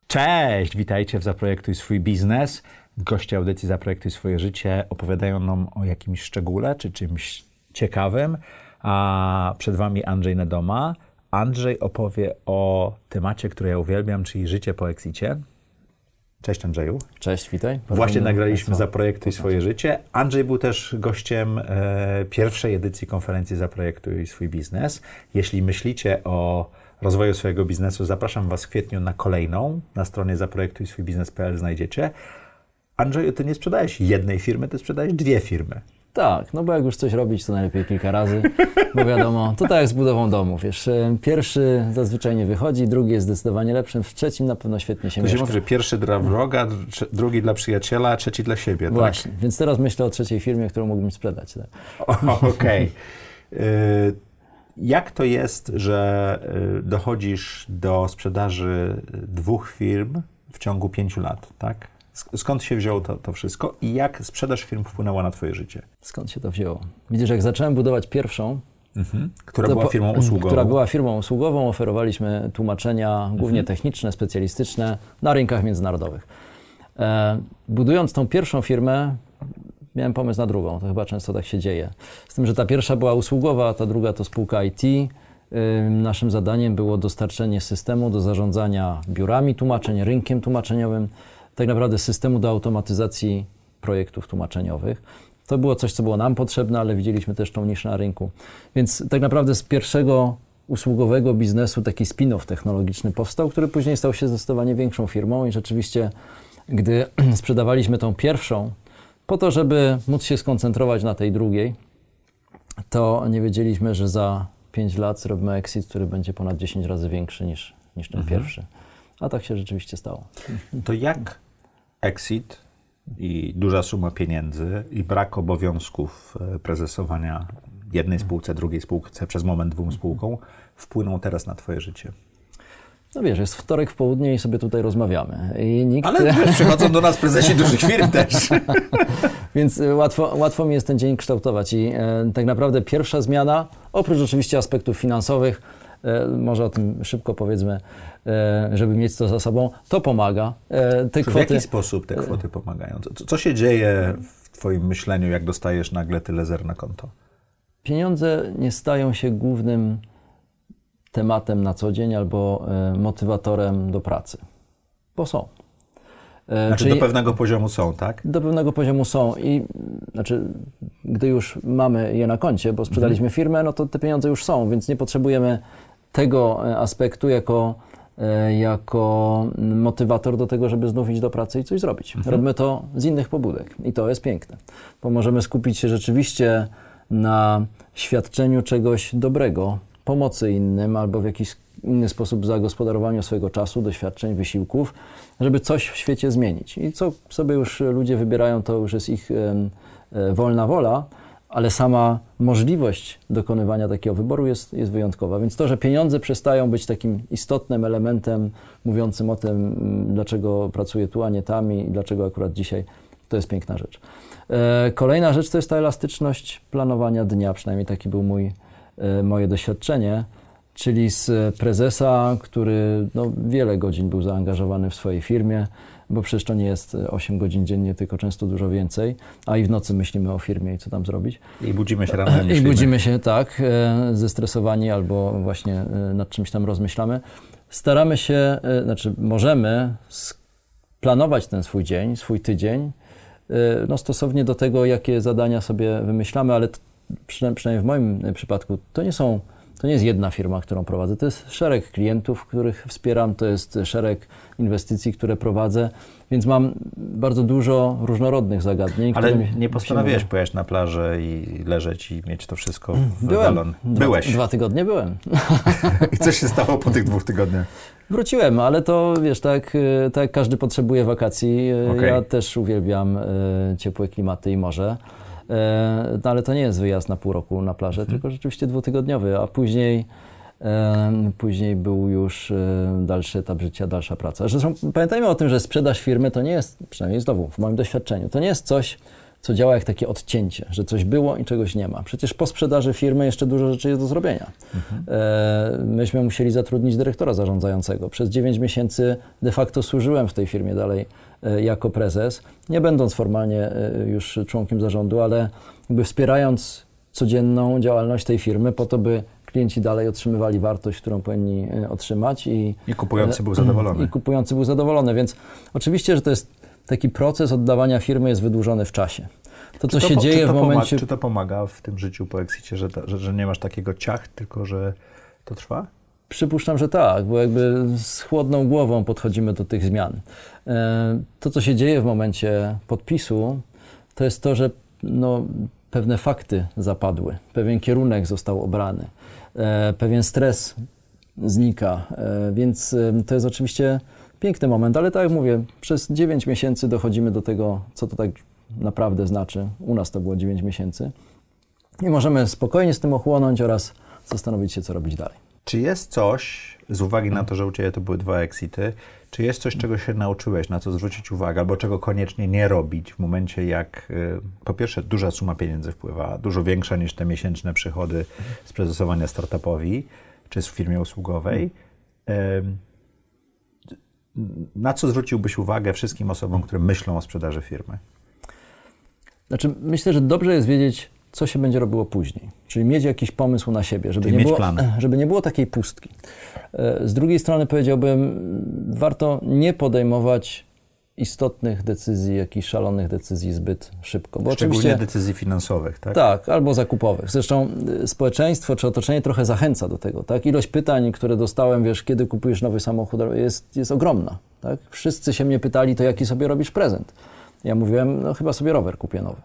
Cześć, witajcie w Zaprojektuj swój biznes. Goście audycji Zaprojektuj swoje życie opowiadają nam o jakimś szczególe czy czymś ciekawym. A przed wami Andrzej Nedoma. Andrzej opowie o temacie, który ja uwielbiam, czyli życie po exicie. Cześć Andrzeju. Cześć, witaj. Właśnie nagraliśmy Zaprojektuj swoje życie. Andrzej był też gościem pierwszej edycji konferencji Zaprojektuj swój biznes. Jeśli myślicie o rozwoju swojego biznesu, zapraszam was w kwietniu na kolejną. Na stronie zaprojektujswójbiznes.pl znajdziecie. Andrzeju, ty nie sprzedajesz jednej firmy, ty sprzedajesz 2 firmy. Tak, no bo jak już coś robić, to najlepiej kilka razy, bo wiadomo, to tak jak z budową domu, wiesz, pierwszy zazwyczaj nie wychodzi, drugi jest zdecydowanie lepszym, w trzecim na pewno świetnie się mieszka. To się mówi, że pierwszy dla wroga, drugi dla przyjaciela, a trzeci dla siebie, Właśnie, tak? Więc teraz myślę o trzeciej firmie, którą mógłbym sprzedać. Tak? Okej. Jak to jest, że dochodzisz do sprzedaży 2 firm w ciągu 5 lat, tak? Skąd się wzięło to wszystko i jak sprzedaż firm wpłynęła na twoje życie? Skąd się to wzięło? Widzisz, jak zacząłem budować pierwszą, która była firmą usługową. Która była firmą usługową, oferowaliśmy tłumaczenia głównie techniczne, specjalistyczne na rynkach międzynarodowych. Budując tą pierwszą firmę, miałem pomysł na drugą, to chyba często tak się dzieje. Z tym, że ta pierwsza była usługowa, a ta druga to spółka IT. Naszym zadaniem było dostarczenie systemu do zarządzania biurami tłumaczeń, rynkiem tłumaczeniowym, tak naprawdę systemu do automatyzacji projektów tłumaczeniowych. To było coś, co było nam potrzebne, ale widzieliśmy też tą niszę na rynku. Więc tak naprawdę z pierwszego usługowego biznesu taki spin-off technologiczny powstał, który później stał się zdecydowanie większą firmą i rzeczywiście, gdy sprzedawaliśmy tą pierwszą, po to, żeby móc się skoncentrować na tej drugiej, to nie wiedzieliśmy, że za 5 lat zrobimy exit, który będzie ponad 10 razy większy niż ten pierwszy. A tak się rzeczywiście stało. To jak exit i duża suma pieniędzy i brak obowiązków prezesowania jednej spółce, drugiej spółce, przez moment 2 spółkom wpłyną teraz na twoje życie? No wiesz, jest wtorek w południe i sobie tutaj rozmawiamy. I nikt... Ale przychodzą do nas prezesi dużych firm też. Więc łatwo mi jest ten dzień kształtować i tak naprawdę pierwsza zmiana, oprócz oczywiście aspektów finansowych, może o tym szybko powiedzmy, żeby mieć to za sobą, to pomaga. W jaki sposób te kwoty pomagają? Co się dzieje w twoim myśleniu, jak dostajesz nagle tyle zer na konto? Pieniądze nie stają się głównym tematem na co dzień albo motywatorem do pracy, bo są. Czyli do pewnego poziomu są, tak? Do pewnego poziomu są i gdy już mamy je na koncie, bo sprzedaliśmy firmę, no to te pieniądze już są, więc nie potrzebujemy tego aspektu jako motywator do tego, żeby znów iść do pracy i coś zrobić. Robimy to z innych pobudek i to jest piękne, bo możemy skupić się rzeczywiście na świadczeniu czegoś dobrego, pomocy innym albo w jakiś inny sposób zagospodarowaniu swojego czasu, doświadczeń, wysiłków, żeby coś w świecie zmienić. I co sobie już ludzie wybierają, to już jest ich wolna wola, ale sama możliwość dokonywania takiego wyboru jest wyjątkowa. Więc to, że pieniądze przestają być takim istotnym elementem mówiącym o tym, dlaczego pracuję tu, a nie tam i dlaczego akurat dzisiaj, to jest piękna rzecz. Kolejna rzecz to jest ta elastyczność planowania dnia, przynajmniej taki był moje doświadczenie, czyli z prezesa, który wiele godzin był zaangażowany w swojej firmie, bo przecież to nie jest 8 godzin dziennie, tylko często dużo więcej, a i w nocy myślimy o firmie i co tam zrobić. I budzimy się rano. I budzimy się, tak, zestresowani albo właśnie nad czymś tam rozmyślamy. Staramy się, możemy planować ten swój dzień, swój tydzień, stosownie do tego, jakie zadania sobie wymyślamy, ale przynajmniej w moim przypadku to nie jest jedna firma, którą prowadzę. To jest szereg klientów, których wspieram, to jest szereg inwestycji, które prowadzę, więc mam bardzo dużo różnorodnych zagadnień. Ale nie postanowiłeś pojechać na plażę i leżeć i mieć to wszystko w Byłem. Byłeś. 2 tygodnie byłem. I co się stało po tych 2 tygodniach? Wróciłem, ale to wiesz, tak jak każdy potrzebuje wakacji. Okay. Ja też uwielbiam ciepłe klimaty i morze. Ale to nie jest wyjazd na pół roku na plażę, tylko rzeczywiście 2-tygodniowy, a później był już dalszy etap życia, dalsza praca. Zresztą pamiętajmy o tym, że sprzedaż firmy to nie jest, przynajmniej znowu w moim doświadczeniu, to nie jest coś, co działa jak takie odcięcie, że coś było i czegoś nie ma. Przecież po sprzedaży firmy jeszcze dużo rzeczy jest do zrobienia. Myśmy musieli zatrudnić dyrektora zarządzającego. Przez 9 miesięcy de facto służyłem w tej firmie dalej jako prezes, nie będąc formalnie już członkiem zarządu, ale jakby wspierając codzienną działalność tej firmy po to, by klienci dalej otrzymywali wartość, którą powinni otrzymać. I kupujący był zadowolony. I kupujący był zadowolony, więc oczywiście, że to jest taki proces oddawania firmy jest wydłużony w czasie. To, co się dzieje w momencie... Czy to pomaga w tym życiu po exicie, że nie masz takiego ciach, tylko że to trwa? Przypuszczam, że tak, bo jakby z chłodną głową podchodzimy do tych zmian. To, co się dzieje w momencie podpisu, to jest to, że pewne fakty zapadły, pewien kierunek został obrany, pewien stres znika, więc to jest oczywiście piękny moment, ale tak jak mówię, przez 9 miesięcy dochodzimy do tego, co to tak naprawdę znaczy. U nas to było 9 miesięcy i możemy spokojnie z tym ochłonąć oraz zastanowić się, co robić dalej. Czy jest coś, z uwagi na to, że u Ciebie to były 2 exity, czy jest coś, czego się nauczyłeś, na co zwrócić uwagę, albo czego koniecznie nie robić w momencie, jak po pierwsze duża suma pieniędzy wpływa, dużo większa niż te miesięczne przychody z prezesowania startupowi, czy z firmie usługowej. Na co zwróciłbyś uwagę wszystkim osobom, które myślą o sprzedaży firmy? Znaczy, myślę, że dobrze jest wiedzieć, co się będzie robiło później. Czyli mieć jakiś pomysł na siebie, żeby nie było takiej pustki. Z drugiej strony powiedziałbym, warto nie podejmować istotnych decyzji, jakichś szalonych decyzji zbyt szybko. Bo szczególnie oczywiście decyzji finansowych, tak? Tak, albo zakupowych. Zresztą społeczeństwo czy otoczenie trochę zachęca do tego, tak? Ilość pytań, które dostałem, kiedy kupujesz nowy samochód, jest ogromna, tak? Wszyscy się mnie pytali, to jaki sobie robisz prezent? Ja mówiłem, chyba sobie rower kupię nowy.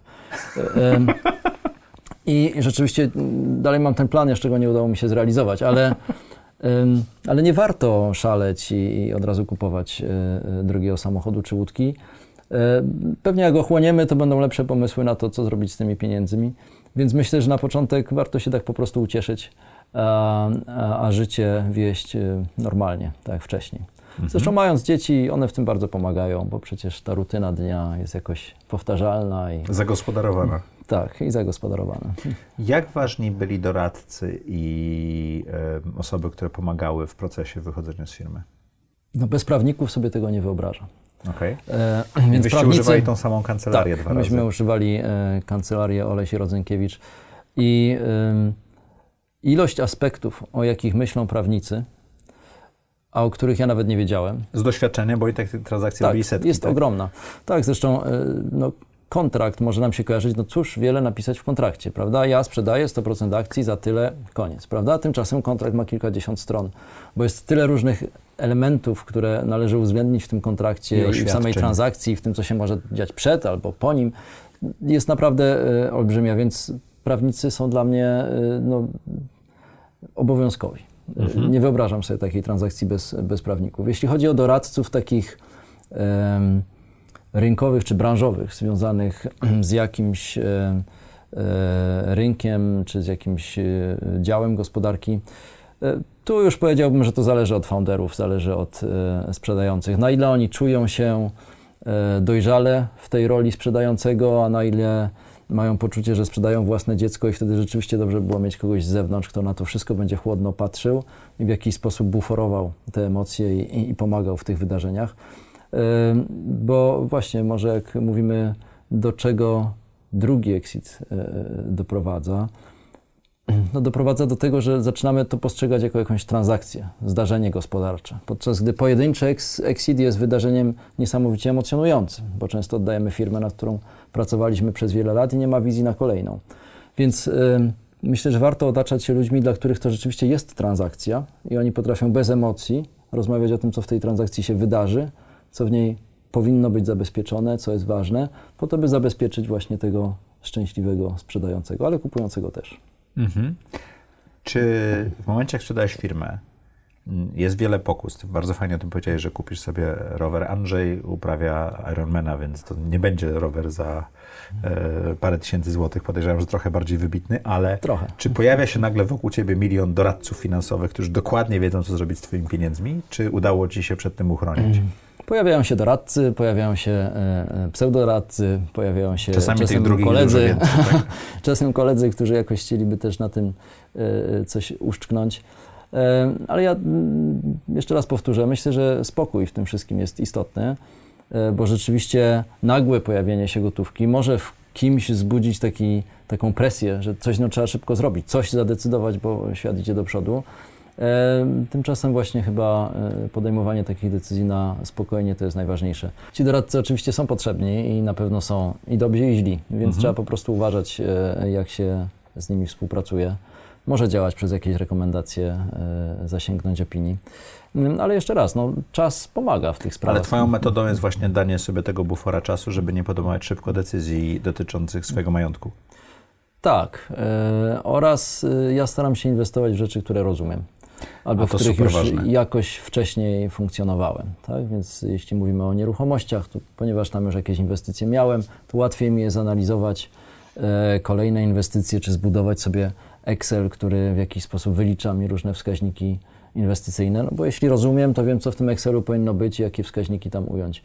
I rzeczywiście dalej mam ten plan, jeszcze go nie udało mi się zrealizować, ale nie warto szaleć i od razu kupować drogiego samochodu czy łódki. Pewnie jak ochłoniemy, to będą lepsze pomysły na to, co zrobić z tymi pieniędzmi. Więc myślę, że na początek warto się tak po prostu ucieszyć, a życie wieść normalnie, tak jak wcześniej. Zresztą mając dzieci, one w tym bardzo pomagają, bo przecież ta rutyna dnia jest jakoś powtarzalna. Zagospodarowana. Tak, i zagospodarowana. Jak ważni byli doradcy i osoby, które pomagały w procesie wychodzenia z firmy? Bez prawników sobie tego nie wyobrażam. Okej. Więc wyście używali tą samą kancelarię 2 razy? Myśmy używali kancelarię Oleś i Rozenkiewicz i ilość aspektów, o jakich myślą prawnicy, a o których ja nawet nie wiedziałem. Z doświadczenia, bo i tak transakcje robili setki. Jest ogromna. Tak, zresztą kontrakt może nam się kojarzyć, cóż wiele napisać w kontrakcie, prawda? Ja sprzedaję 100% akcji za tyle, koniec, prawda? Tymczasem kontrakt ma kilkadziesiąt stron, bo jest tyle różnych elementów, które należy uwzględnić w tym kontrakcie i w samej transakcji, w tym, co się może dziać przed albo po nim. Jest naprawdę olbrzymia, więc prawnicy są dla mnie obowiązkowi. Nie wyobrażam sobie takiej transakcji bez prawników. Jeśli chodzi o doradców takich rynkowych czy branżowych, związanych z jakimś rynkiem czy z jakimś działem gospodarki, tu już powiedziałbym, że to zależy od founderów, zależy od sprzedających. Na ile oni czują się dojrzale w tej roli sprzedającego, a na ile mają poczucie, że sprzedają własne dziecko i wtedy rzeczywiście dobrze by było mieć kogoś z zewnątrz, kto na to wszystko będzie chłodno patrzył i w jakiś sposób buforował te emocje i pomagał w tych wydarzeniach. Bo właśnie może jak mówimy, do czego drugi exit doprowadza, doprowadza do tego, że zaczynamy to postrzegać jako jakąś transakcję, zdarzenie gospodarcze. Podczas gdy pojedynczy exit jest wydarzeniem niesamowicie emocjonującym, bo często oddajemy firmę, nad którą pracowaliśmy przez wiele lat i nie ma wizji na kolejną. Więc myślę, że warto otaczać się ludźmi, dla których to rzeczywiście jest transakcja i oni potrafią bez emocji rozmawiać o tym, co w tej transakcji się wydarzy, co w niej powinno być zabezpieczone, co jest ważne, po to, by zabezpieczyć właśnie tego szczęśliwego sprzedającego, ale kupującego też. Czy w momencie, jak sprzedałeś firmę, jest wiele pokus? Ty bardzo fajnie o tym powiedziałeś, że kupisz sobie rower. Andrzej uprawia Ironmana, więc to nie będzie rower za parę tysięcy złotych. Podejrzewam, że trochę bardziej wybitny, ale trochę. Czy pojawia się nagle wokół ciebie milion doradców finansowych, którzy dokładnie wiedzą, co zrobić z twoimi pieniędzmi? Czy udało ci się przed tym uchronić? Pojawiają się doradcy, pojawiają się pseudoradcy, pojawiają się czasem koledzy, więcej, tak? czasem koledzy, którzy jakoś chcieliby też na tym coś uszczknąć. Ale ja jeszcze raz powtórzę, myślę, że spokój w tym wszystkim jest istotny, bo rzeczywiście nagłe pojawienie się gotówki może w kimś wzbudzić taką presję, że coś trzeba szybko zrobić, coś zadecydować, bo świat idzie do przodu. Tymczasem właśnie chyba podejmowanie takich decyzji na spokojnie to jest najważniejsze. Ci doradcy oczywiście są potrzebni i na pewno są i dobrzy, i źli, więc trzeba po prostu uważać, jak się z nimi współpracuje. Może działać przez jakieś rekomendacje, zasięgnąć opinii. Ale jeszcze raz, czas pomaga w tych sprawach. Ale twoją metodą jest właśnie danie sobie tego bufora czasu, żeby nie podejmować szybko decyzji dotyczących swojego majątku. Tak. Oraz ja staram się inwestować w rzeczy, które rozumiem. Albo w których już jakoś wcześniej funkcjonowałem. Tak? Więc jeśli mówimy o nieruchomościach, to ponieważ tam już jakieś inwestycje miałem, to łatwiej mi jest analizować kolejne inwestycje, czy zbudować sobie Excel, który w jakiś sposób wylicza mi różne wskaźniki inwestycyjne, bo jeśli rozumiem, to wiem, co w tym Excelu powinno być i jakie wskaźniki tam ująć.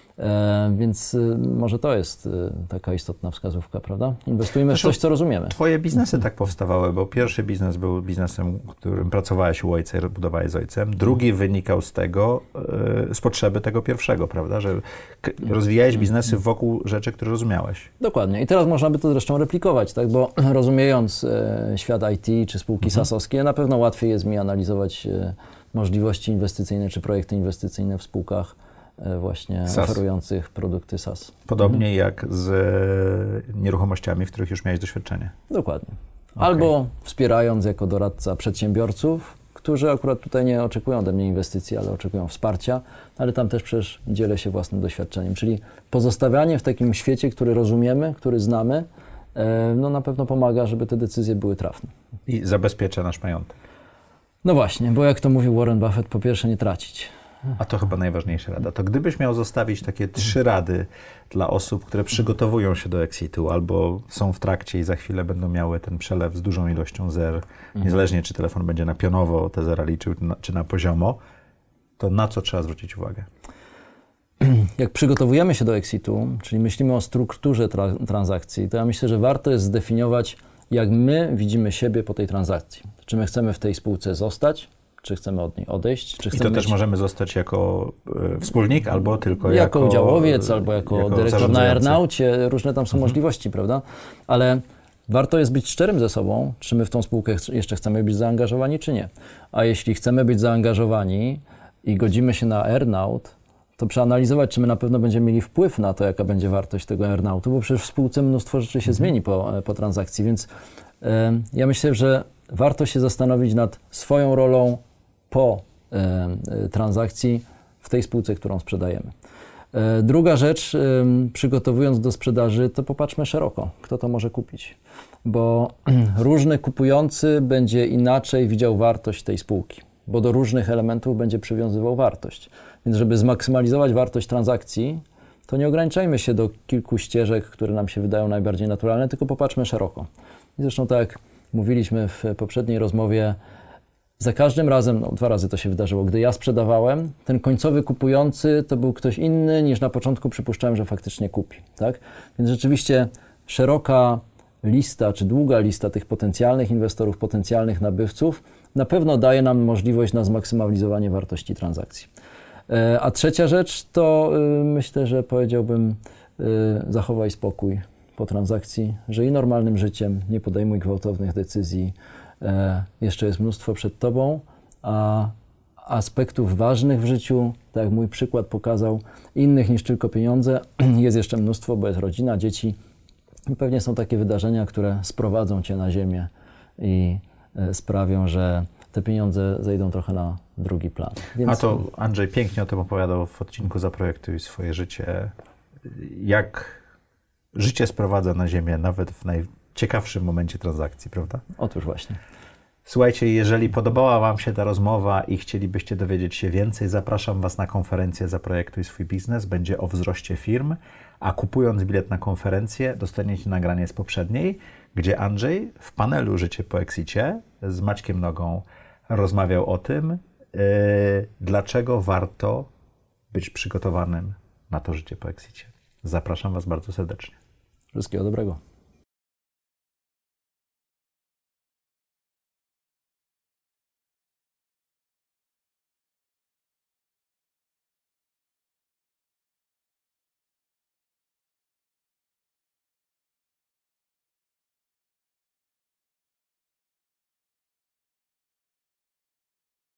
Więc może to jest taka istotna wskazówka, prawda? Inwestujmy w coś, co rozumiemy. Twoje biznesy tak powstawały, bo pierwszy biznes był biznesem, w którym pracowałeś u ojca i budowałeś z ojcem. Drugi wynikał z tego, z potrzeby tego pierwszego, prawda? Że rozwijałeś biznesy wokół rzeczy, które rozumiałeś. Dokładnie. I teraz można by to zresztą replikować, tak? Bo rozumiejąc świat IT czy spółki SaaS-owskie, na pewno łatwiej jest mi analizować możliwości inwestycyjne czy projekty inwestycyjne w spółkach właśnie SaaS, oferujących produkty SaaS. Podobnie jak z nieruchomościami, w których już miałeś doświadczenie. Dokładnie. Albo wspierając jako doradca przedsiębiorców, którzy akurat tutaj nie oczekują ode mnie inwestycji, ale oczekują wsparcia, ale tam też przecież dzielę się własnym doświadczeniem. Czyli pozostawianie w takim świecie, który rozumiemy, który znamy, na pewno pomaga, żeby te decyzje były trafne. I zabezpiecza nasz majątek. No właśnie, bo jak to mówił Warren Buffett, po pierwsze nie tracić. A to chyba najważniejsza rada. To gdybyś miał zostawić takie 3 rady dla osób, które przygotowują się do exitu albo są w trakcie i za chwilę będą miały ten przelew z dużą ilością zer, niezależnie czy telefon będzie na pionowo te zera liczył, czy na poziomo, to na co trzeba zwrócić uwagę? Jak przygotowujemy się do exitu, czyli myślimy o strukturze transakcji, to ja myślę, że warto jest zdefiniować, jak my widzimy siebie po tej transakcji. Czy my chcemy w tej spółce zostać, czy chcemy od niej odejść. Czy chcemy I to też możemy zostać jako wspólnik, albo tylko jako udziałowiec, albo jako dyrektor na earnaucie. Różne tam są możliwości, prawda? Ale warto jest być szczerym ze sobą, czy my w tą spółkę jeszcze chcemy być zaangażowani, czy nie. A jeśli chcemy być zaangażowani i godzimy się na earnout, to przeanalizować, czy my na pewno będziemy mieli wpływ na to, jaka będzie wartość tego earnoutu, bo przecież w spółce mnóstwo rzeczy się zmieni po transakcji, więc ja myślę, że warto się zastanowić nad swoją rolą po transakcji w tej spółce, którą sprzedajemy. Druga rzecz, przygotowując do sprzedaży, to popatrzmy szeroko, kto to może kupić, bo różny kupujący będzie inaczej widział wartość tej spółki, bo do różnych elementów będzie przywiązywał wartość. Więc żeby zmaksymalizować wartość transakcji, to nie ograniczajmy się do kilku ścieżek, które nam się wydają najbardziej naturalne, tylko popatrzmy szeroko. I zresztą tak jak mówiliśmy w poprzedniej rozmowie, za każdym razem, 2 razy to się wydarzyło, gdy ja sprzedawałem, ten końcowy kupujący to był ktoś inny, niż na początku przypuszczałem, że faktycznie kupi. Tak? Więc rzeczywiście szeroka lista, czy długa lista tych potencjalnych inwestorów, potencjalnych nabywców na pewno daje nam możliwość na zmaksymalizowanie wartości transakcji. A trzecia rzecz to myślę, że powiedziałbym zachowaj spokój po transakcji, żyj normalnym życiem, nie podejmuj gwałtownych decyzji, jeszcze jest mnóstwo przed tobą, a aspektów ważnych w życiu, tak jak mój przykład pokazał, innych niż tylko pieniądze, jest jeszcze mnóstwo, bo jest rodzina, dzieci. I pewnie są takie wydarzenia, które sprowadzą cię na ziemię i sprawią, że te pieniądze zejdą trochę na drugi plan. Więc... A to Andrzej pięknie o tym opowiadał w odcinku Zaprojektuj swoje życie. Jak życie sprowadza na ziemię nawet w najciekawszym momencie transakcji, prawda? Otóż właśnie. Słuchajcie, jeżeli podobała wam się ta rozmowa i chcielibyście dowiedzieć się więcej, zapraszam was na konferencję Zaprojektuj swój biznes. Będzie o wzroście firm, a kupując bilet na konferencję dostaniecie nagranie z poprzedniej, gdzie Andrzej w panelu Życie po Exicie z Maćkiem Nogą rozmawiał o tym, dlaczego warto być przygotowanym na to życie po exicie. Zapraszam Was bardzo serdecznie. Wszystkiego dobrego.